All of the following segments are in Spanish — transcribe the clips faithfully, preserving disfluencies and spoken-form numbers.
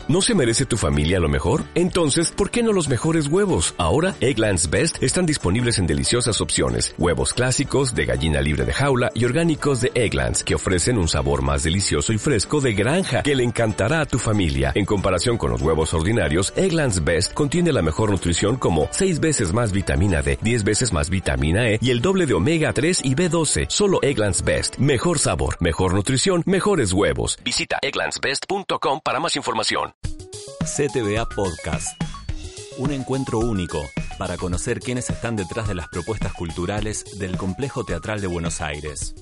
¿No se merece tu familia lo mejor? Entonces, ¿por qué no los mejores huevos? Ahora, Eggland's Best están disponibles en deliciosas opciones. Huevos clásicos, de gallina libre de jaula y orgánicos de Eggland's, que ofrecen un sabor más delicioso y fresco de granja que le encantará a tu familia. En comparación con los huevos ordinarios, Eggland's Best contiene la mejor nutrición como seis veces más vitamina D, diez veces más vitamina E y el doble de omega tres y B doce. Solo Eggland's Best. Mejor sabor, mejor nutrición, mejores huevos. Visita egglands best punto com para más información. C T V A Podcast. Un encuentro único para conocer quiénes están detrás de las propuestas culturales del Complejo Teatral de Buenos Aires.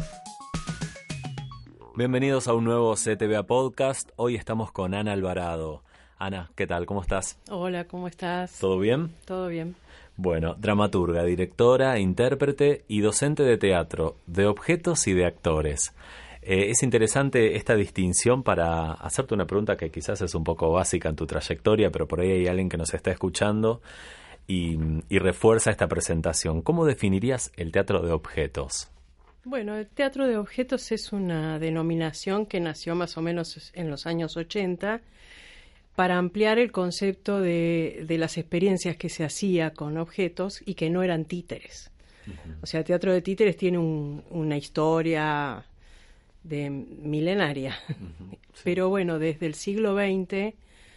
Bienvenidos a un nuevo C T V A Podcast. Hoy estamos con Ana Alvarado. Ana, ¿qué tal? ¿Cómo estás? Hola, ¿cómo estás? ¿Todo bien? Todo bien. Bueno, dramaturga, directora, intérprete y docente de teatro, de objetos y de actores. Eh, es interesante esta distinción para hacerte una pregunta que quizás es un poco básica en tu trayectoria, pero por ahí hay alguien que nos está escuchando y, y refuerza esta presentación. ¿Cómo definirías el teatro de objetos? Bueno, el teatro de objetos es una denominación que nació más o menos en los años ochenta para ampliar el concepto de, de las experiencias que se hacía con objetos y que no eran títeres. Uh-huh. O sea, el teatro de títeres tiene un, una historia de milenaria, uh-huh, sí. Pero bueno, desde el siglo veinte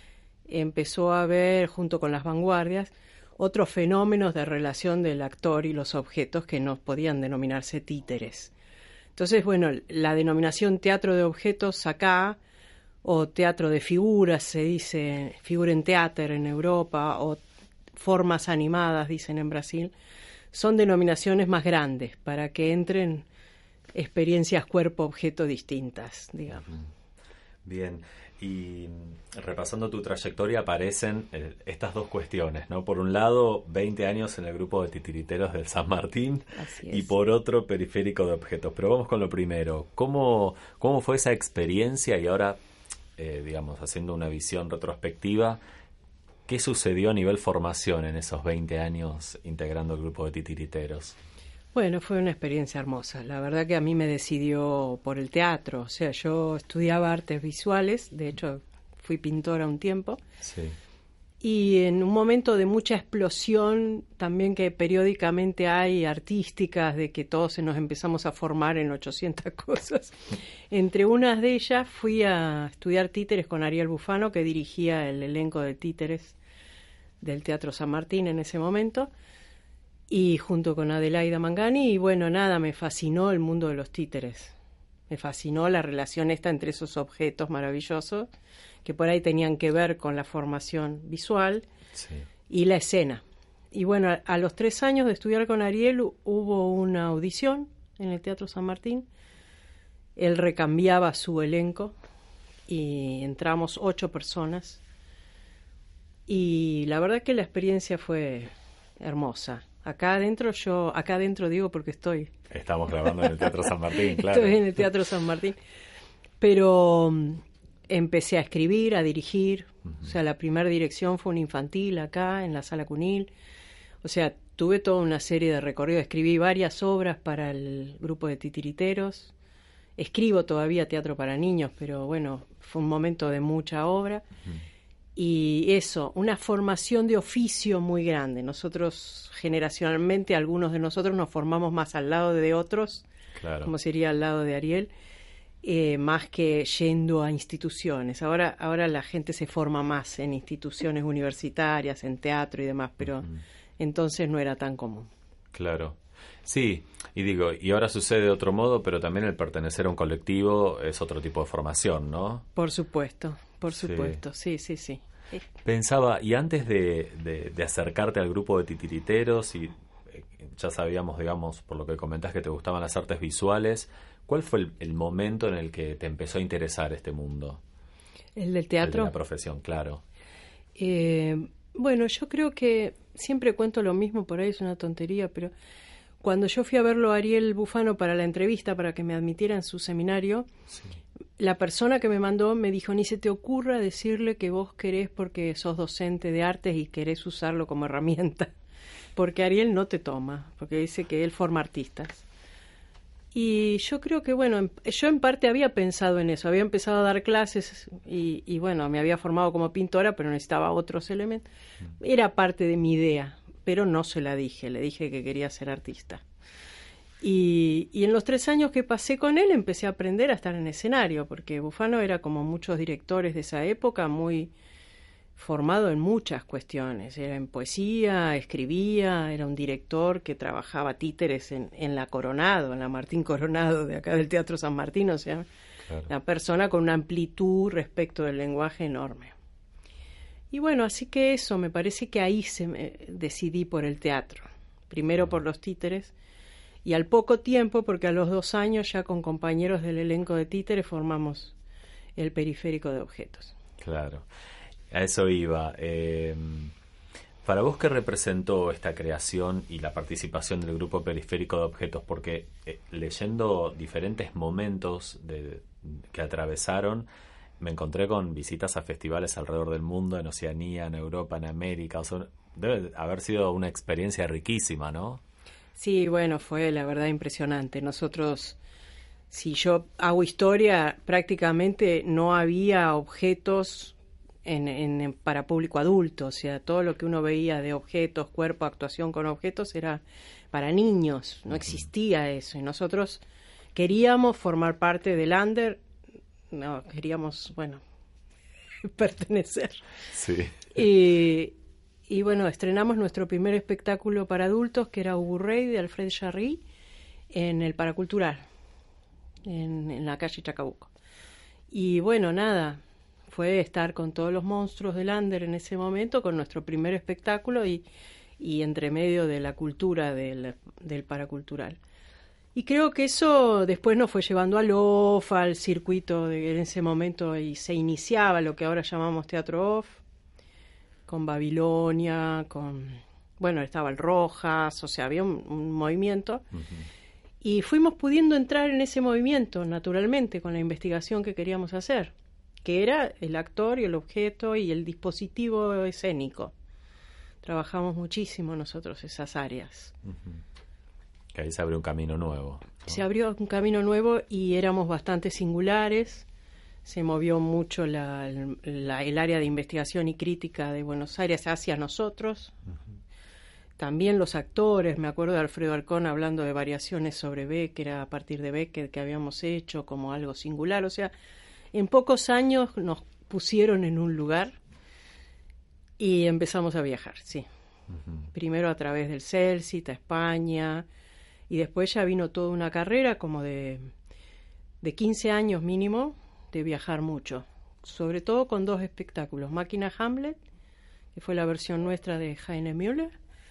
empezó a haber, junto con las vanguardias, otros fenómenos de relación del actor y los objetos que no podían denominarse títeres. Entonces, bueno, la denominación teatro de objetos acá, o teatro de figuras, se dice Figurentheater en Europa, o formas animadas, dicen en Brasil, son denominaciones más grandes para que entren experiencias cuerpo-objeto distintas, digamos. Bien, y repasando tu trayectoria aparecen eh, estas dos cuestiones, ¿no? Por un lado, veinte años en el grupo de titiriteros del San Martín. Así es. Y por otro, periférico de objetos. Pero vamos con lo primero. ¿Cómo, cómo fue esa experiencia? Y ahora, eh, digamos, haciendo una visión retrospectiva, ¿qué sucedió a nivel formación en esos veinte años integrando el grupo de titiriteros? Bueno, fue una experiencia hermosa. La verdad que a mí me decidió por el teatro. O sea, yo estudiaba artes visuales, de hecho fui pintora un tiempo. Sí. Y en un momento de mucha explosión, también que periódicamente hay artísticas, de que todos se nos empezamos a formar en ochocientas cosas. Entre unas de ellas fui a estudiar títeres con Ariel Bufano, que dirigía el elenco de títeres del Teatro San Martín en ese momento. Y junto con Adelaida Mangani, y bueno, nada, me fascinó el mundo de los títeres. Me fascinó la relación esta entre esos objetos maravillosos que por ahí tenían que ver con la formación visual, sí, y la escena. Y bueno, a, a los tres años de estudiar con Ariel hubo una audición en el Teatro San Martín. Él recambiaba su elenco y entramos ocho personas. Y la verdad que la experiencia fue hermosa. Acá adentro yo, acá adentro digo porque estoy... Estamos grabando en el Teatro San Martín, claro. Estoy en el Teatro San Martín. Pero um, empecé a escribir, a dirigir. Uh-huh. O sea, la primera dirección fue un infantil acá, en la Sala Cunil. O sea, tuve toda una serie de recorridos. Escribí varias obras para el grupo de titiriteros. Escribo todavía teatro para niños, pero bueno, fue un momento de mucha obra. Uh-huh. Y eso, una formación de oficio muy grande. Nosotros, generacionalmente, algunos de nosotros nos formamos más al lado de otros, claro, como sería al lado de Ariel, eh, más que yendo a instituciones. Ahora, ahora la gente se forma más en instituciones universitarias, en teatro y demás, pero uh-huh, entonces no era tan común. Claro. Sí, y digo, y ahora sucede de otro modo, pero también el pertenecer a un colectivo es otro tipo de formación, ¿no? Por supuesto, por supuesto, sí, sí, sí. sí. Pensaba, y antes de, de, de acercarte al grupo de titiriteros, y eh, ya sabíamos, digamos, por lo que comentás que te gustaban las artes visuales, ¿cuál fue el, el momento en el que te empezó a interesar este mundo? ¿El del teatro? El de la profesión, claro. Eh, bueno, yo creo que siempre cuento lo mismo, por ahí es una tontería, pero... Cuando yo fui a verlo a Ariel Bufano para la entrevista, para que me admitiera en su seminario, sí, la persona que me mandó me dijo, ni se te ocurra decirle que vos querés porque sos docente de artes y querés usarlo como herramienta, porque Ariel no te toma, porque dice que él forma artistas. Y yo creo que, bueno, yo en parte había pensado en eso, había empezado a dar clases y, y bueno, me había formado como pintora, pero necesitaba otros elementos. Era parte de mi idea, pero no se la dije, le dije que quería ser artista. Y, y en los tres años que pasé con él empecé a aprender a estar en escenario, porque Bufano era, como muchos directores de esa época, muy formado en muchas cuestiones. Era en poesía, escribía, era un director que trabajaba títeres en, en la Coronado, en la Martín Coronado de acá del Teatro San Martín, o sea, claro, una persona con una amplitud respecto del lenguaje enorme. Y bueno, así que eso, me parece que ahí se me decidí por el teatro, primero por los títeres, y al poco tiempo, porque a los dos años ya con compañeros del elenco de títeres formamos el Periférico de Objetos. Claro. A eso iba. Eh, ¿Para vos qué representó esta creación y la participación del Grupo Periférico de Objetos? Porque eh, leyendo diferentes momentos de, que atravesaron, me encontré con visitas a festivales alrededor del mundo, en Oceanía, en Europa, en América. O sea, debe haber sido una experiencia riquísima, ¿no? Sí, bueno, fue la verdad impresionante. Nosotros, si yo hago historia, prácticamente no había objetos En, en, para público adulto, o sea, todo lo que uno veía de objetos, cuerpo, actuación con objetos era para niños, no existía eso, y nosotros queríamos formar parte del under, no, queríamos, bueno, pertenecer. Sí. Y, y bueno, estrenamos nuestro primer espectáculo para adultos, que era Ubu Rey, de Alfred Jarry, en el Paracultural, en, en la calle Chacabuco. Y bueno, nada, fue estar con todos los monstruos del under en ese momento, con nuestro primer espectáculo y, y entre medio de la cultura del, del Paracultural. Y creo que eso después nos fue llevando al O F, al circuito de, en ese momento, y se iniciaba lo que ahora llamamos Teatro Off, con Babilonia, con, bueno, estaba el Rojas, o sea, había un, un movimiento. Uh-huh. Y fuimos pudiendo entrar en ese movimiento naturalmente con la investigación que queríamos hacer, que era el actor y el objeto y el dispositivo escénico. Trabajamos muchísimo nosotros esas áreas. Uh-huh. Que ahí se abrió un camino nuevo, ¿no? Se abrió un camino nuevo y éramos bastante singulares. Se movió mucho la, la, el área de investigación y crítica de Buenos Aires hacia nosotros. Uh-huh. También los actores, me acuerdo de Alfredo Alcón hablando de variaciones sobre Becker, a partir de Becker, que habíamos hecho como algo singular. O sea, en pocos años nos pusieron en un lugar y empezamos a viajar, sí. Uh-huh. Primero a través del Celsit, a España, y después ya vino toda una carrera como de, de quince años mínimo, de viajar mucho. Sobre todo con dos espectáculos, Máquina Hamlet, que fue la versión nuestra de Heine Müller,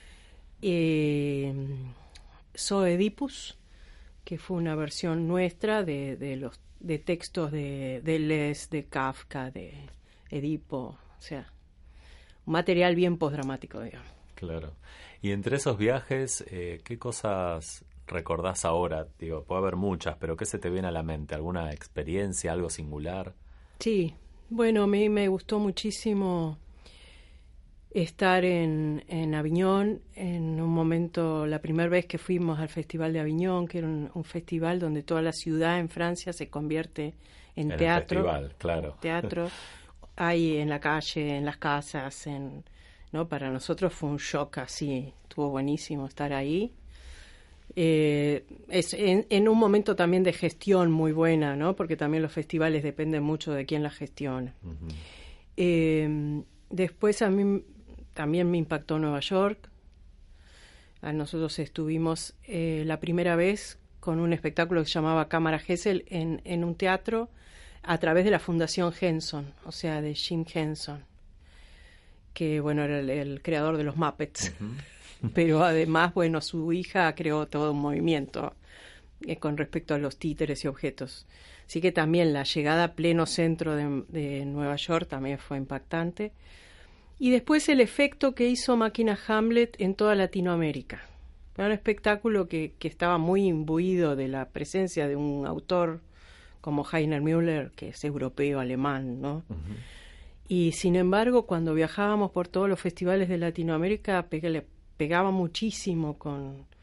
y Zoedipus, que fue una versión nuestra de, de los de textos de Deleuze, de Kafka, de Edipo, o sea, un material bien postdramático, digamos. Claro. Y entre esos viajes, eh, ¿qué cosas recordás ahora? Digo, puede haber muchas, pero ¿qué se te viene a la mente? ¿Alguna experiencia, algo singular? Sí, bueno, a mí me gustó muchísimo estar en, en Aviñón, en un momento, la primera vez que fuimos al Festival de Aviñón, que era un, un festival donde toda la ciudad en Francia se convierte en, en teatro. El festival, claro. Teatro, hay en la calle, en las casas, en, ¿no? Para nosotros fue un shock así, estuvo buenísimo estar ahí. Eh, es en, en un momento también de gestión muy buena, ¿no? Porque también los festivales dependen mucho de quién la gestiona. Uh-huh. Eh, después a mí también me impactó Nueva York. A nosotros estuvimos eh, la primera vez con un espectáculo que se llamaba Cámara Gesell en, en un teatro a través de la Fundación Henson, o sea, de Jim Henson, que, bueno, era el, el creador de los Muppets. Uh-huh. Pero además, bueno, su hija creó todo un movimiento eh, con respecto a los títeres y objetos. Así que también la llegada a pleno centro de, de Nueva York también fue impactante. Y después el efecto que hizo Máquina Hamlet en toda Latinoamérica. Era un espectáculo que, que estaba muy imbuido de la presencia de un autor como Heiner Müller, que es europeo, alemán, ¿no? Uh-huh. Y sin embargo, cuando viajábamos por todos los festivales de Latinoamérica, pegué, pegaba muchísimo con,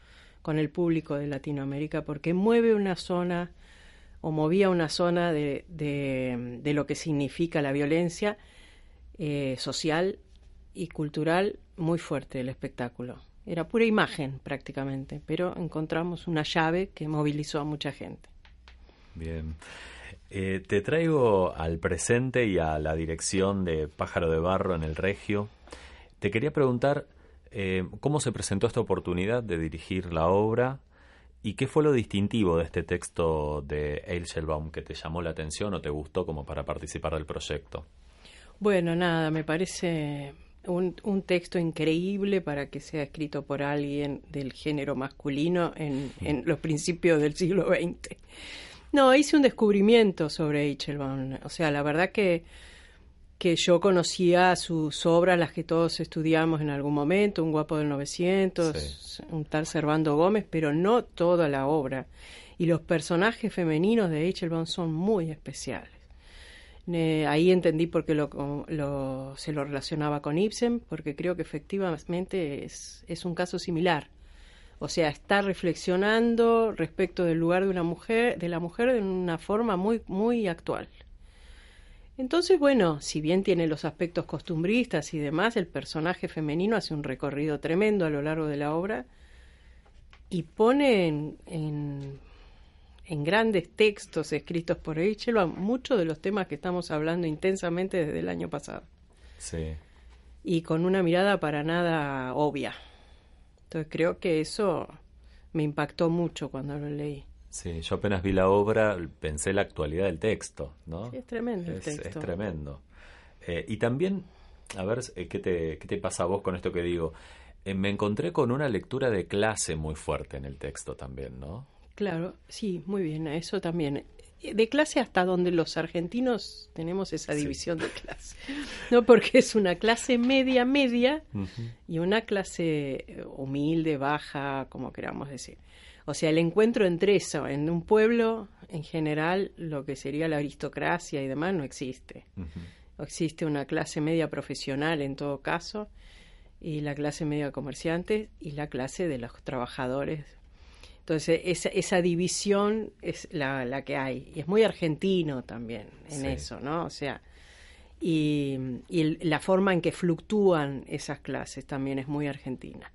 con el público de Latinoamérica, porque mueve una zona, o movía una zona de, de, de lo que significa la violencia eh, social y cultural muy fuerte del espectáculo. Era pura imagen prácticamente, pero encontramos una llave que movilizó a mucha gente. Bien. Eh, te traigo al presente y a la dirección de Pájaro de Barro en el Regio. Te quería preguntar eh, cómo se presentó esta oportunidad de dirigir la obra y qué fue lo distintivo de este texto de Eichelbaum que te llamó la atención o te gustó como para participar del proyecto. Bueno, nada, me parece un, un texto increíble para que sea escrito por alguien del género masculino en, en los principios del siglo veinte. No, hice un descubrimiento sobre Eichelbaum. O sea, la verdad que, que yo conocía sus obras, las que todos estudiamos en algún momento, Un guapo del novecientos, sí. Un tal Servando Gómez, pero no toda la obra. Y los personajes femeninos de Eichelbaum son muy especiales. Eh, ahí entendí por qué lo, lo, se lo relacionaba con Ibsen, porque creo que efectivamente es, es un caso similar. O sea, está reflexionando respecto del lugar de una mujer, de la mujer de una forma muy, muy actual. Entonces, bueno, si bien tiene los aspectos costumbristas y demás, el personaje femenino hace un recorrido tremendo a lo largo de la obra y pone en, en, en grandes textos escritos por Eichelbaum muchos de los temas que estamos hablando intensamente desde el año pasado. Sí. Y con una mirada para nada obvia. Entonces creo que eso me impactó mucho cuando lo leí. Sí, yo apenas vi la obra, pensé en la actualidad del texto, ¿no? Sí, es tremendo el es, texto. Es tremendo. Eh, y también, a ver, ¿qué te, qué te pasa a vos con esto que digo? Eh, me encontré con una lectura de clase muy fuerte en el texto también, ¿no? Claro, sí, muy bien, eso también. De clase hasta donde los argentinos tenemos esa división sí. de clase, ¿no? Porque es una clase media, media, uh-huh. y una clase humilde, baja, como queramos decir. O sea, el encuentro entre eso, en un pueblo, en general, lo que sería la aristocracia y demás, no existe. Uh-huh. Existe una clase media profesional, en todo caso, y la clase media comerciante, y la clase de los trabajadores. Entonces, esa, esa división es la, la que hay. Y es muy argentino también en sí. eso, ¿no? O sea, y, y el, la forma en que fluctúan esas clases también es muy argentina.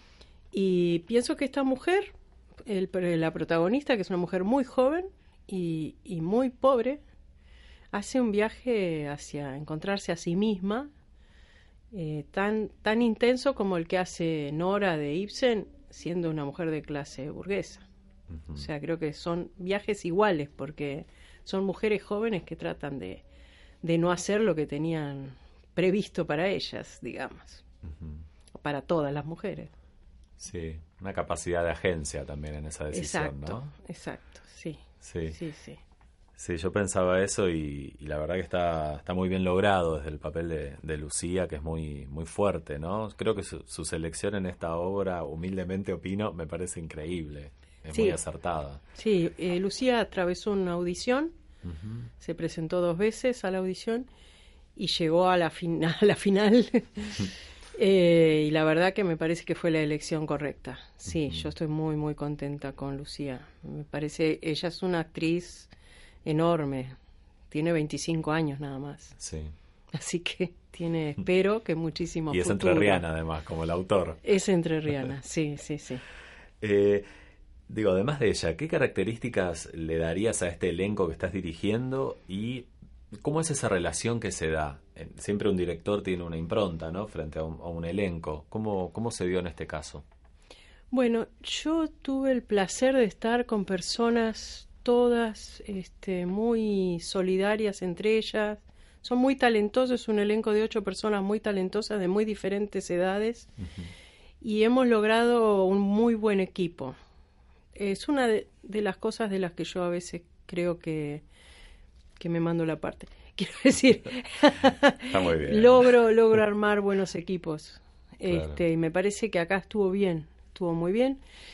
Y pienso que esta mujer, el, la protagonista, que es una mujer muy joven y, y muy pobre, hace un viaje hacia encontrarse a sí misma, eh, tan, tan intenso como el que hace Nora de Ibsen, siendo una mujer de clase burguesa. Uh-huh. O sea, creo que son viajes iguales, porque son mujeres jóvenes que tratan de, de no hacer lo que tenían previsto para ellas, digamos. Uh-huh. Para todas las mujeres. Sí, una capacidad de agencia también en esa decisión, exacto, ¿no? Exacto, sí. Sí, sí, sí. Sí, yo pensaba eso y, y la verdad que está está muy bien logrado desde el papel de, de Lucía, que es muy muy fuerte, ¿no? Creo que su, su selección en esta obra, humildemente opino, me parece increíble, es sí. muy acertada. Sí, eh, Lucía atravesó una audición, uh-huh. se presentó dos veces a la audición y llegó a la, fin- a la final eh, y la verdad que me parece que fue la elección correcta. Sí, uh-huh. yo estoy muy muy contenta con Lucía. Me parece, ella es una actriz enorme, tiene veinticinco años nada más. Sí. Así que tiene, espero que muchísimo y es futuro. entrerriana además, como el autor. Es entrerriana, sí, sí, sí. Eh, digo, además de ella, ¿qué características le darías a este elenco que estás dirigiendo y cómo es esa relación que se da? Siempre un director tiene una impronta, ¿no? Frente a un, a un elenco. ¿Cómo, cómo se dio en este caso? Bueno, yo tuve el placer de estar con personas todas este, muy solidarias entre ellas, son muy talentosos, es un elenco de ocho personas muy talentosas de muy diferentes edades uh-huh. y hemos logrado un muy buen equipo. Es una de, de las cosas de las que yo a veces creo que, que me mando la parte. Quiero decir, Está muy bien. logro, logro armar buenos equipos. Claro. Este, y me parece que acá estuvo bien, estuvo muy bien.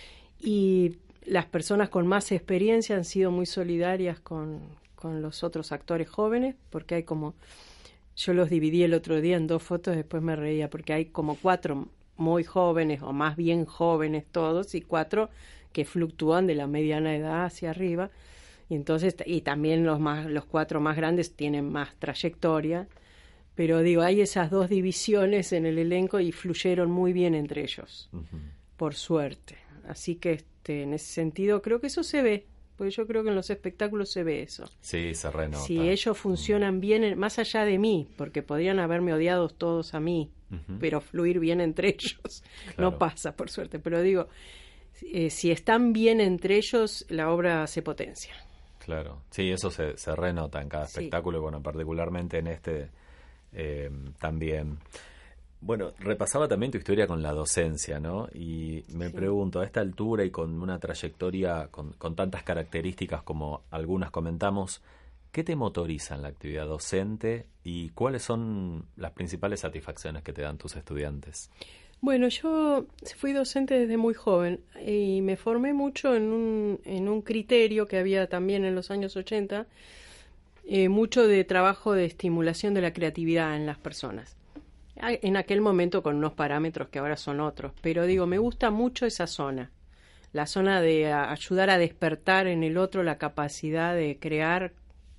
Y las personas con más experiencia han sido muy solidarias con, con los otros actores jóvenes, porque hay como, yo los dividí el otro día en dos fotos, después me reía, porque hay como cuatro muy jóvenes o más bien jóvenes todos, y cuatro que fluctúan de la mediana edad hacia arriba. Y entonces, y también los más, los cuatro más grandes tienen más trayectoria, pero digo, hay esas dos divisiones en el elenco y fluyeron muy bien entre ellos, uh-huh. por suerte. Así que este, en ese sentido creo que eso se ve, porque yo creo que en los espectáculos se ve eso. Sí, se renota. Si ellos funcionan bien, más allá de mí, porque podrían haberme odiado todos a mí, uh-huh. pero fluir bien entre ellos, claro. no pasa, por suerte. Pero digo, eh, si están bien entre ellos, la obra se potencia. Claro, sí, eso se, se renota en cada espectáculo, sí. Bueno, particularmente en este eh, también. Bueno, repasaba también tu historia con la docencia, ¿no? Y me sí. pregunto, a esta altura y con una trayectoria con, con tantas características como algunas comentamos, ¿qué te motoriza en la actividad docente y cuáles son las principales satisfacciones que te dan tus estudiantes? Bueno, yo fui docente desde muy joven y me formé mucho en un, en un criterio que había también en los años ochenta, eh, mucho de trabajo de estimulación de la creatividad en las personas. En aquel momento con unos parámetros que ahora son otros, pero digo, me gusta mucho esa zona, la zona de ayudar a despertar en el otro la capacidad de crear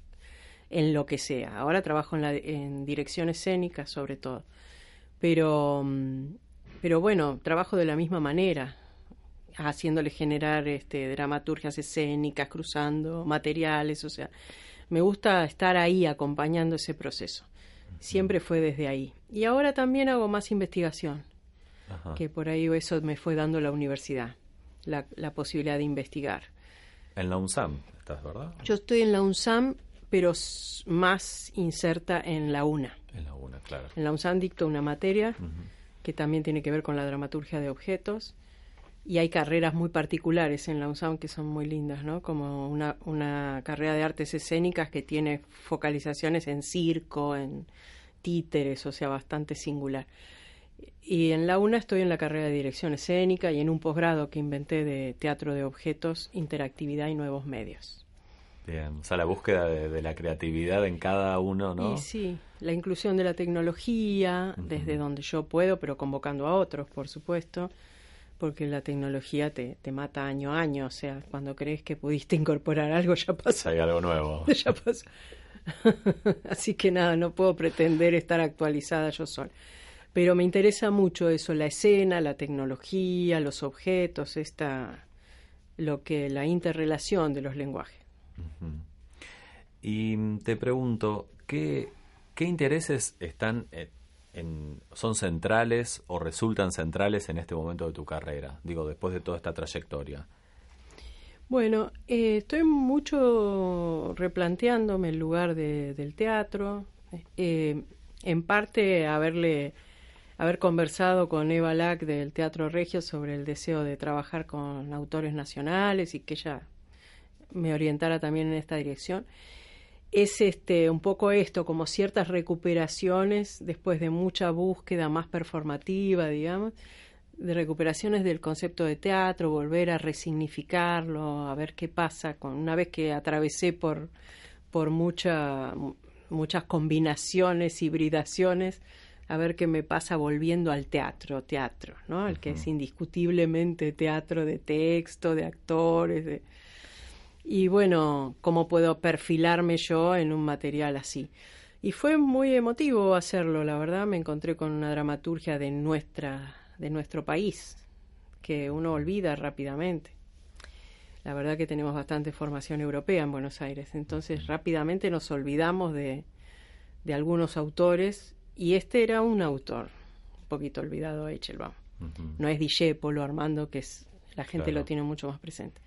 en lo que sea. Ahora trabajo en, la, en dirección escénica sobre todo, pero... Pero bueno, trabajo de la misma manera, haciéndole generar este, dramaturgias escénicas, cruzando materiales, o sea, me gusta estar ahí acompañando ese proceso. Siempre fue desde ahí. Y ahora también hago más investigación, Ajá. que por ahí eso me fue dando la universidad, la, la posibilidad de investigar. En la UNSAM estás, ¿verdad? Yo estoy en la UNSAM, pero más inserta en la UNA. En la UNA, claro. En la UNSAM dicto una materia... Uh-huh. que también tiene que ver con la dramaturgia de objetos, y hay carreras muy particulares en la UNSAM que son muy lindas, ¿no? Como una, una carrera de artes escénicas que tiene focalizaciones en circo, en títeres, o sea, bastante singular. Y en la UNA estoy en la carrera de dirección escénica y en un posgrado que inventé de teatro de objetos, interactividad y nuevos medios. Bien, o sea, la búsqueda de, de la creatividad en cada uno, ¿no? Y sí, la inclusión de la tecnología, uh-huh. desde donde yo puedo, pero convocando a otros, por supuesto, porque la tecnología te, te mata año a año, o sea, cuando crees que pudiste incorporar algo, ya pasó. Hay algo nuevo. Ya pasó. Así que nada, no puedo pretender estar actualizada yo sola. Pero me interesa mucho eso, la escena, la tecnología, los objetos, esta, lo que, la interrelación de los lenguajes. Uh-huh. Y te pregunto, ¿qué, qué intereses están en, en, son centrales o resultan centrales en este momento de tu carrera? Digo, después de toda esta trayectoria. Bueno, eh, estoy mucho replanteándome el lugar de, del teatro. Eh, en parte, haberle, haber conversado con Eva Lack del Teatro Regio sobre el deseo de trabajar con autores nacionales y que ella me orientara también en esta dirección, es este un poco esto, como ciertas recuperaciones después de mucha búsqueda más performativa, digamos, de recuperaciones del concepto de teatro, volver a resignificarlo, a ver qué pasa con una vez que atravesé por por mucha, muchas combinaciones, hibridaciones, a ver qué me pasa volviendo al teatro, teatro, ¿no? El uh-huh. que es indiscutiblemente teatro de texto, de actores, de y bueno, cómo puedo perfilarme yo en un material así. Y fue muy emotivo hacerlo, la verdad, me encontré con una dramaturgia de nuestra, de nuestro país, que uno olvida rápidamente. La verdad que tenemos bastante formación europea en Buenos Aires, entonces rápidamente nos olvidamos de, de algunos autores, y este era un autor, un poquito olvidado, Eichelbaum. Uh-huh. No es Discépolo, Armando, que es, la gente claro. lo tiene mucho más presente.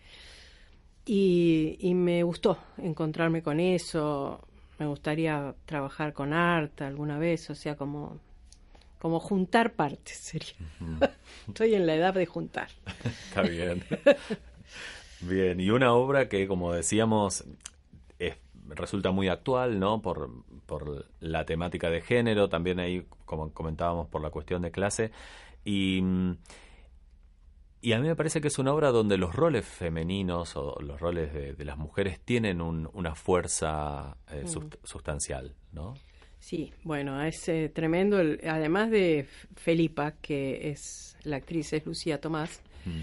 Y, y me gustó encontrarme con eso, me gustaría trabajar con arte alguna vez, o sea, como, como juntar partes sería. Uh-huh. Estoy en la edad de juntar. Está bien. Bien, y una obra que, como decíamos, es, resulta muy actual, ¿no? Por, por la temática de género, también ahí, como comentábamos, por la cuestión de clase, y... Y a mí me parece que es una obra donde los roles femeninos o los roles de, de las mujeres tienen un, una fuerza eh, mm. sust- sustancial, ¿no? Sí, bueno, es eh, tremendo. El, además de Felipa, que es la actriz, es Lucía Tomás, mm.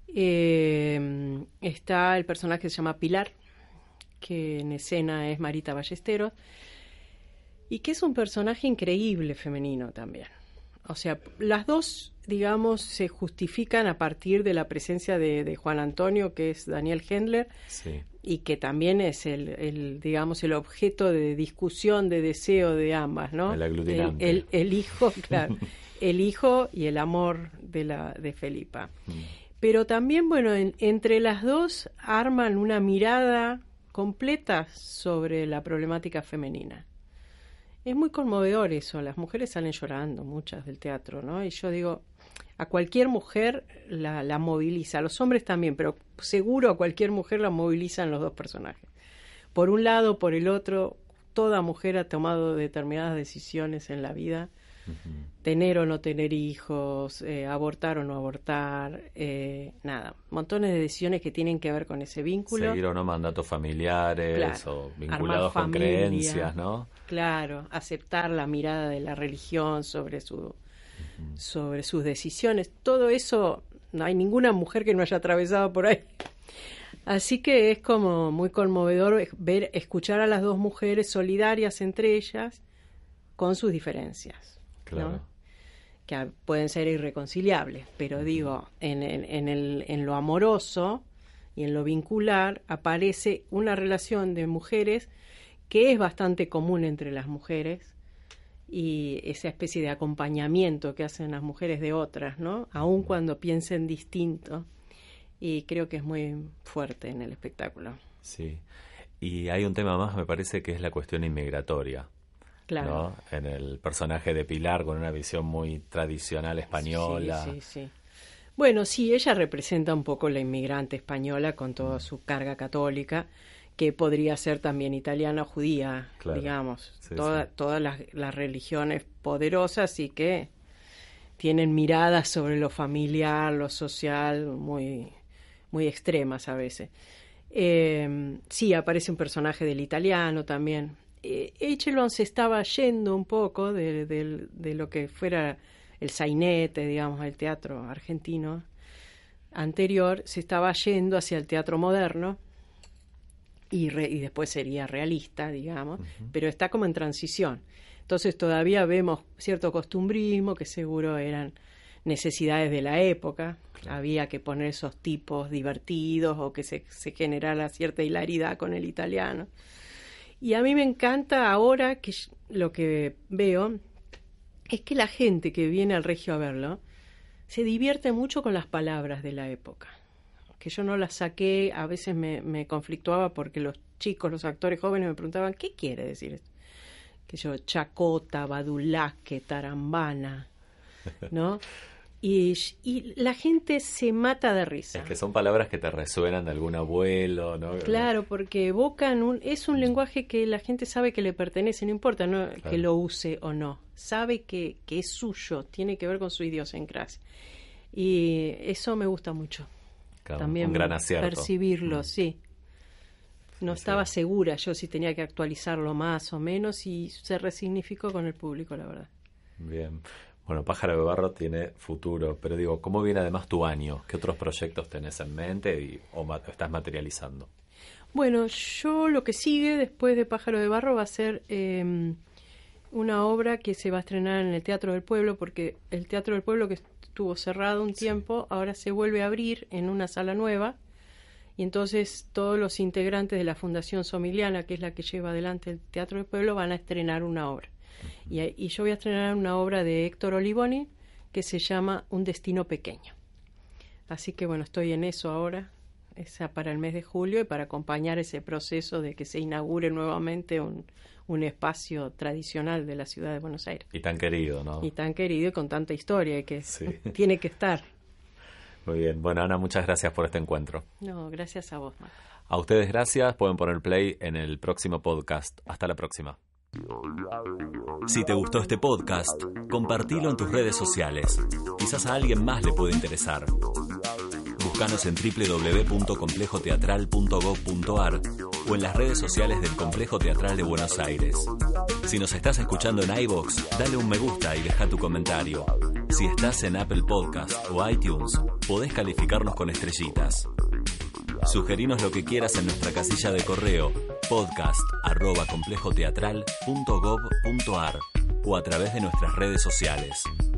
eh, está el personaje que se llama Pilar, que en escena es Marita Ballesteros, y que es un personaje increíble femenino también. O sea, las dos, digamos, se justifican a partir de la presencia de, de Juan Antonio, que es Daniel Hendler, sí. y que también es el, el, digamos, el objeto de discusión, de deseo de ambas, ¿no? El aglutinante. El, el, el hijo, claro, el hijo y el amor de la de Felipa. Mm. Pero también, bueno, en, entre las dos arman una mirada completa sobre la problemática femenina. Es muy conmovedor eso, las mujeres salen llorando, muchas del teatro, ¿no? Y yo digo, a cualquier mujer la, la moviliza, a los hombres también, pero seguro a cualquier mujer la movilizan los dos personajes. Por un lado, por el otro, toda mujer ha tomado determinadas decisiones en la vida, uh-huh. tener o no tener hijos, eh, abortar o no abortar, eh, nada, montones de decisiones que tienen que ver con ese vínculo. Seguir o no mandatos familiares, claro, o vinculados con familia, creencias, ¿no? Claro, aceptar la mirada de la religión sobre su uh-huh. sobre sus decisiones. Todo eso, no hay ninguna mujer que no haya atravesado por ahí. Así que es como muy conmovedor ver, escuchar a las dos mujeres solidarias entre ellas con sus diferencias, claro. ¿no? Que pueden ser irreconciliables, pero uh-huh. digo, en, en, en, el, en lo amoroso y en lo vincular aparece una relación de mujeres que es bastante común entre las mujeres, y esa especie de acompañamiento que hacen las mujeres de otras, ¿no? Aun cuando piensen distinto, y creo que es muy fuerte en el espectáculo. Sí, y hay un tema más, me parece, que es la cuestión inmigratoria. Claro. ¿No? En el personaje de Pilar, con una visión muy tradicional española. Sí, sí, sí. Bueno, sí, ella representa un poco la inmigrante española con toda su carga católica, que podría ser también italiana o judía, claro. digamos, sí, Toda, sí. todas las, las religiones poderosas y que tienen miradas sobre lo familiar, lo social, muy, muy extremas a veces. Eh, sí, aparece un personaje del italiano también. Eh, Echelon se estaba yendo un poco de, de, de lo que fuera el sainete, digamos, el teatro argentino anterior, se estaba yendo hacia el teatro moderno, Y, re, y después sería realista, digamos, uh-huh. pero está como en transición. Entonces todavía vemos cierto costumbrismo, que seguro eran necesidades de la época. Claro. Había que poner esos tipos divertidos o que se, se generara cierta hilaridad con el italiano. Y a mí me encanta ahora que lo que veo es que la gente que viene al Regio a verlo se divierte mucho con las palabras de la época. Que yo no las saqué, a veces me, me conflictuaba porque los chicos, los actores jóvenes me preguntaban, ¿qué quiere decir esto? Que yo, chacota, badulaque, tarambana, ¿no? Y, y la gente se mata de risa. Es que son palabras que te resuenan de algún abuelo, ¿no? Claro, porque evocan un, es un lenguaje que la gente sabe que le pertenece, no importa no claro. que lo use o no, sabe que, que es suyo, tiene que ver con su idiosincrasia. Y eso me gusta mucho. Claro, también un gran acierto. Percibirlo, mm. sí. No sí, estaba sí. segura yo si tenía que actualizarlo más o menos y se resignificó con el público, la verdad. Bien. Bueno, Pájaro de Barro tiene futuro, pero digo, ¿cómo viene además tu año? ¿Qué otros proyectos tenés en mente y, o ma- estás materializando? Bueno, yo lo que sigue después de Pájaro de Barro va a ser eh, una obra que se va a estrenar en el Teatro del Pueblo, porque el Teatro del Pueblo, que estuvo cerrado un tiempo, sí. ahora se vuelve a abrir en una sala nueva, y entonces todos los integrantes de la Fundación Somiliana, que es la que lleva adelante el Teatro del Pueblo, van a estrenar una obra. Uh-huh. Y, y yo voy a estrenar una obra de Héctor Olivoni que se llama Un destino pequeño. Así que bueno, estoy en eso ahora, esa para el mes de julio, y para acompañar ese proceso de que se inaugure nuevamente un, un espacio tradicional de la ciudad de Buenos Aires. Y tan querido, ¿no? Y tan querido y con tanta historia y que sí. tiene que estar. Muy bien. Bueno, Ana, muchas gracias por este encuentro. No, gracias a vos, Marco. A ustedes gracias. Pueden poner play en el próximo podcast. Hasta la próxima. Si te gustó este podcast, compartilo en tus redes sociales. Quizás a alguien más le puede interesar. Búscanos en doble u doble u doble u punto complejo teatral punto gov punto ar o en las redes sociales del Complejo Teatral de Buenos Aires. Si nos estás escuchando en iVoox, dale un me gusta y deja tu comentario. Si estás en Apple Podcast o iTunes, podés calificarnos con estrellitas. Sugerinos lo que quieras en nuestra casilla de correo podcast arroba complejoteatral punto gob punto ar o a través de nuestras redes sociales.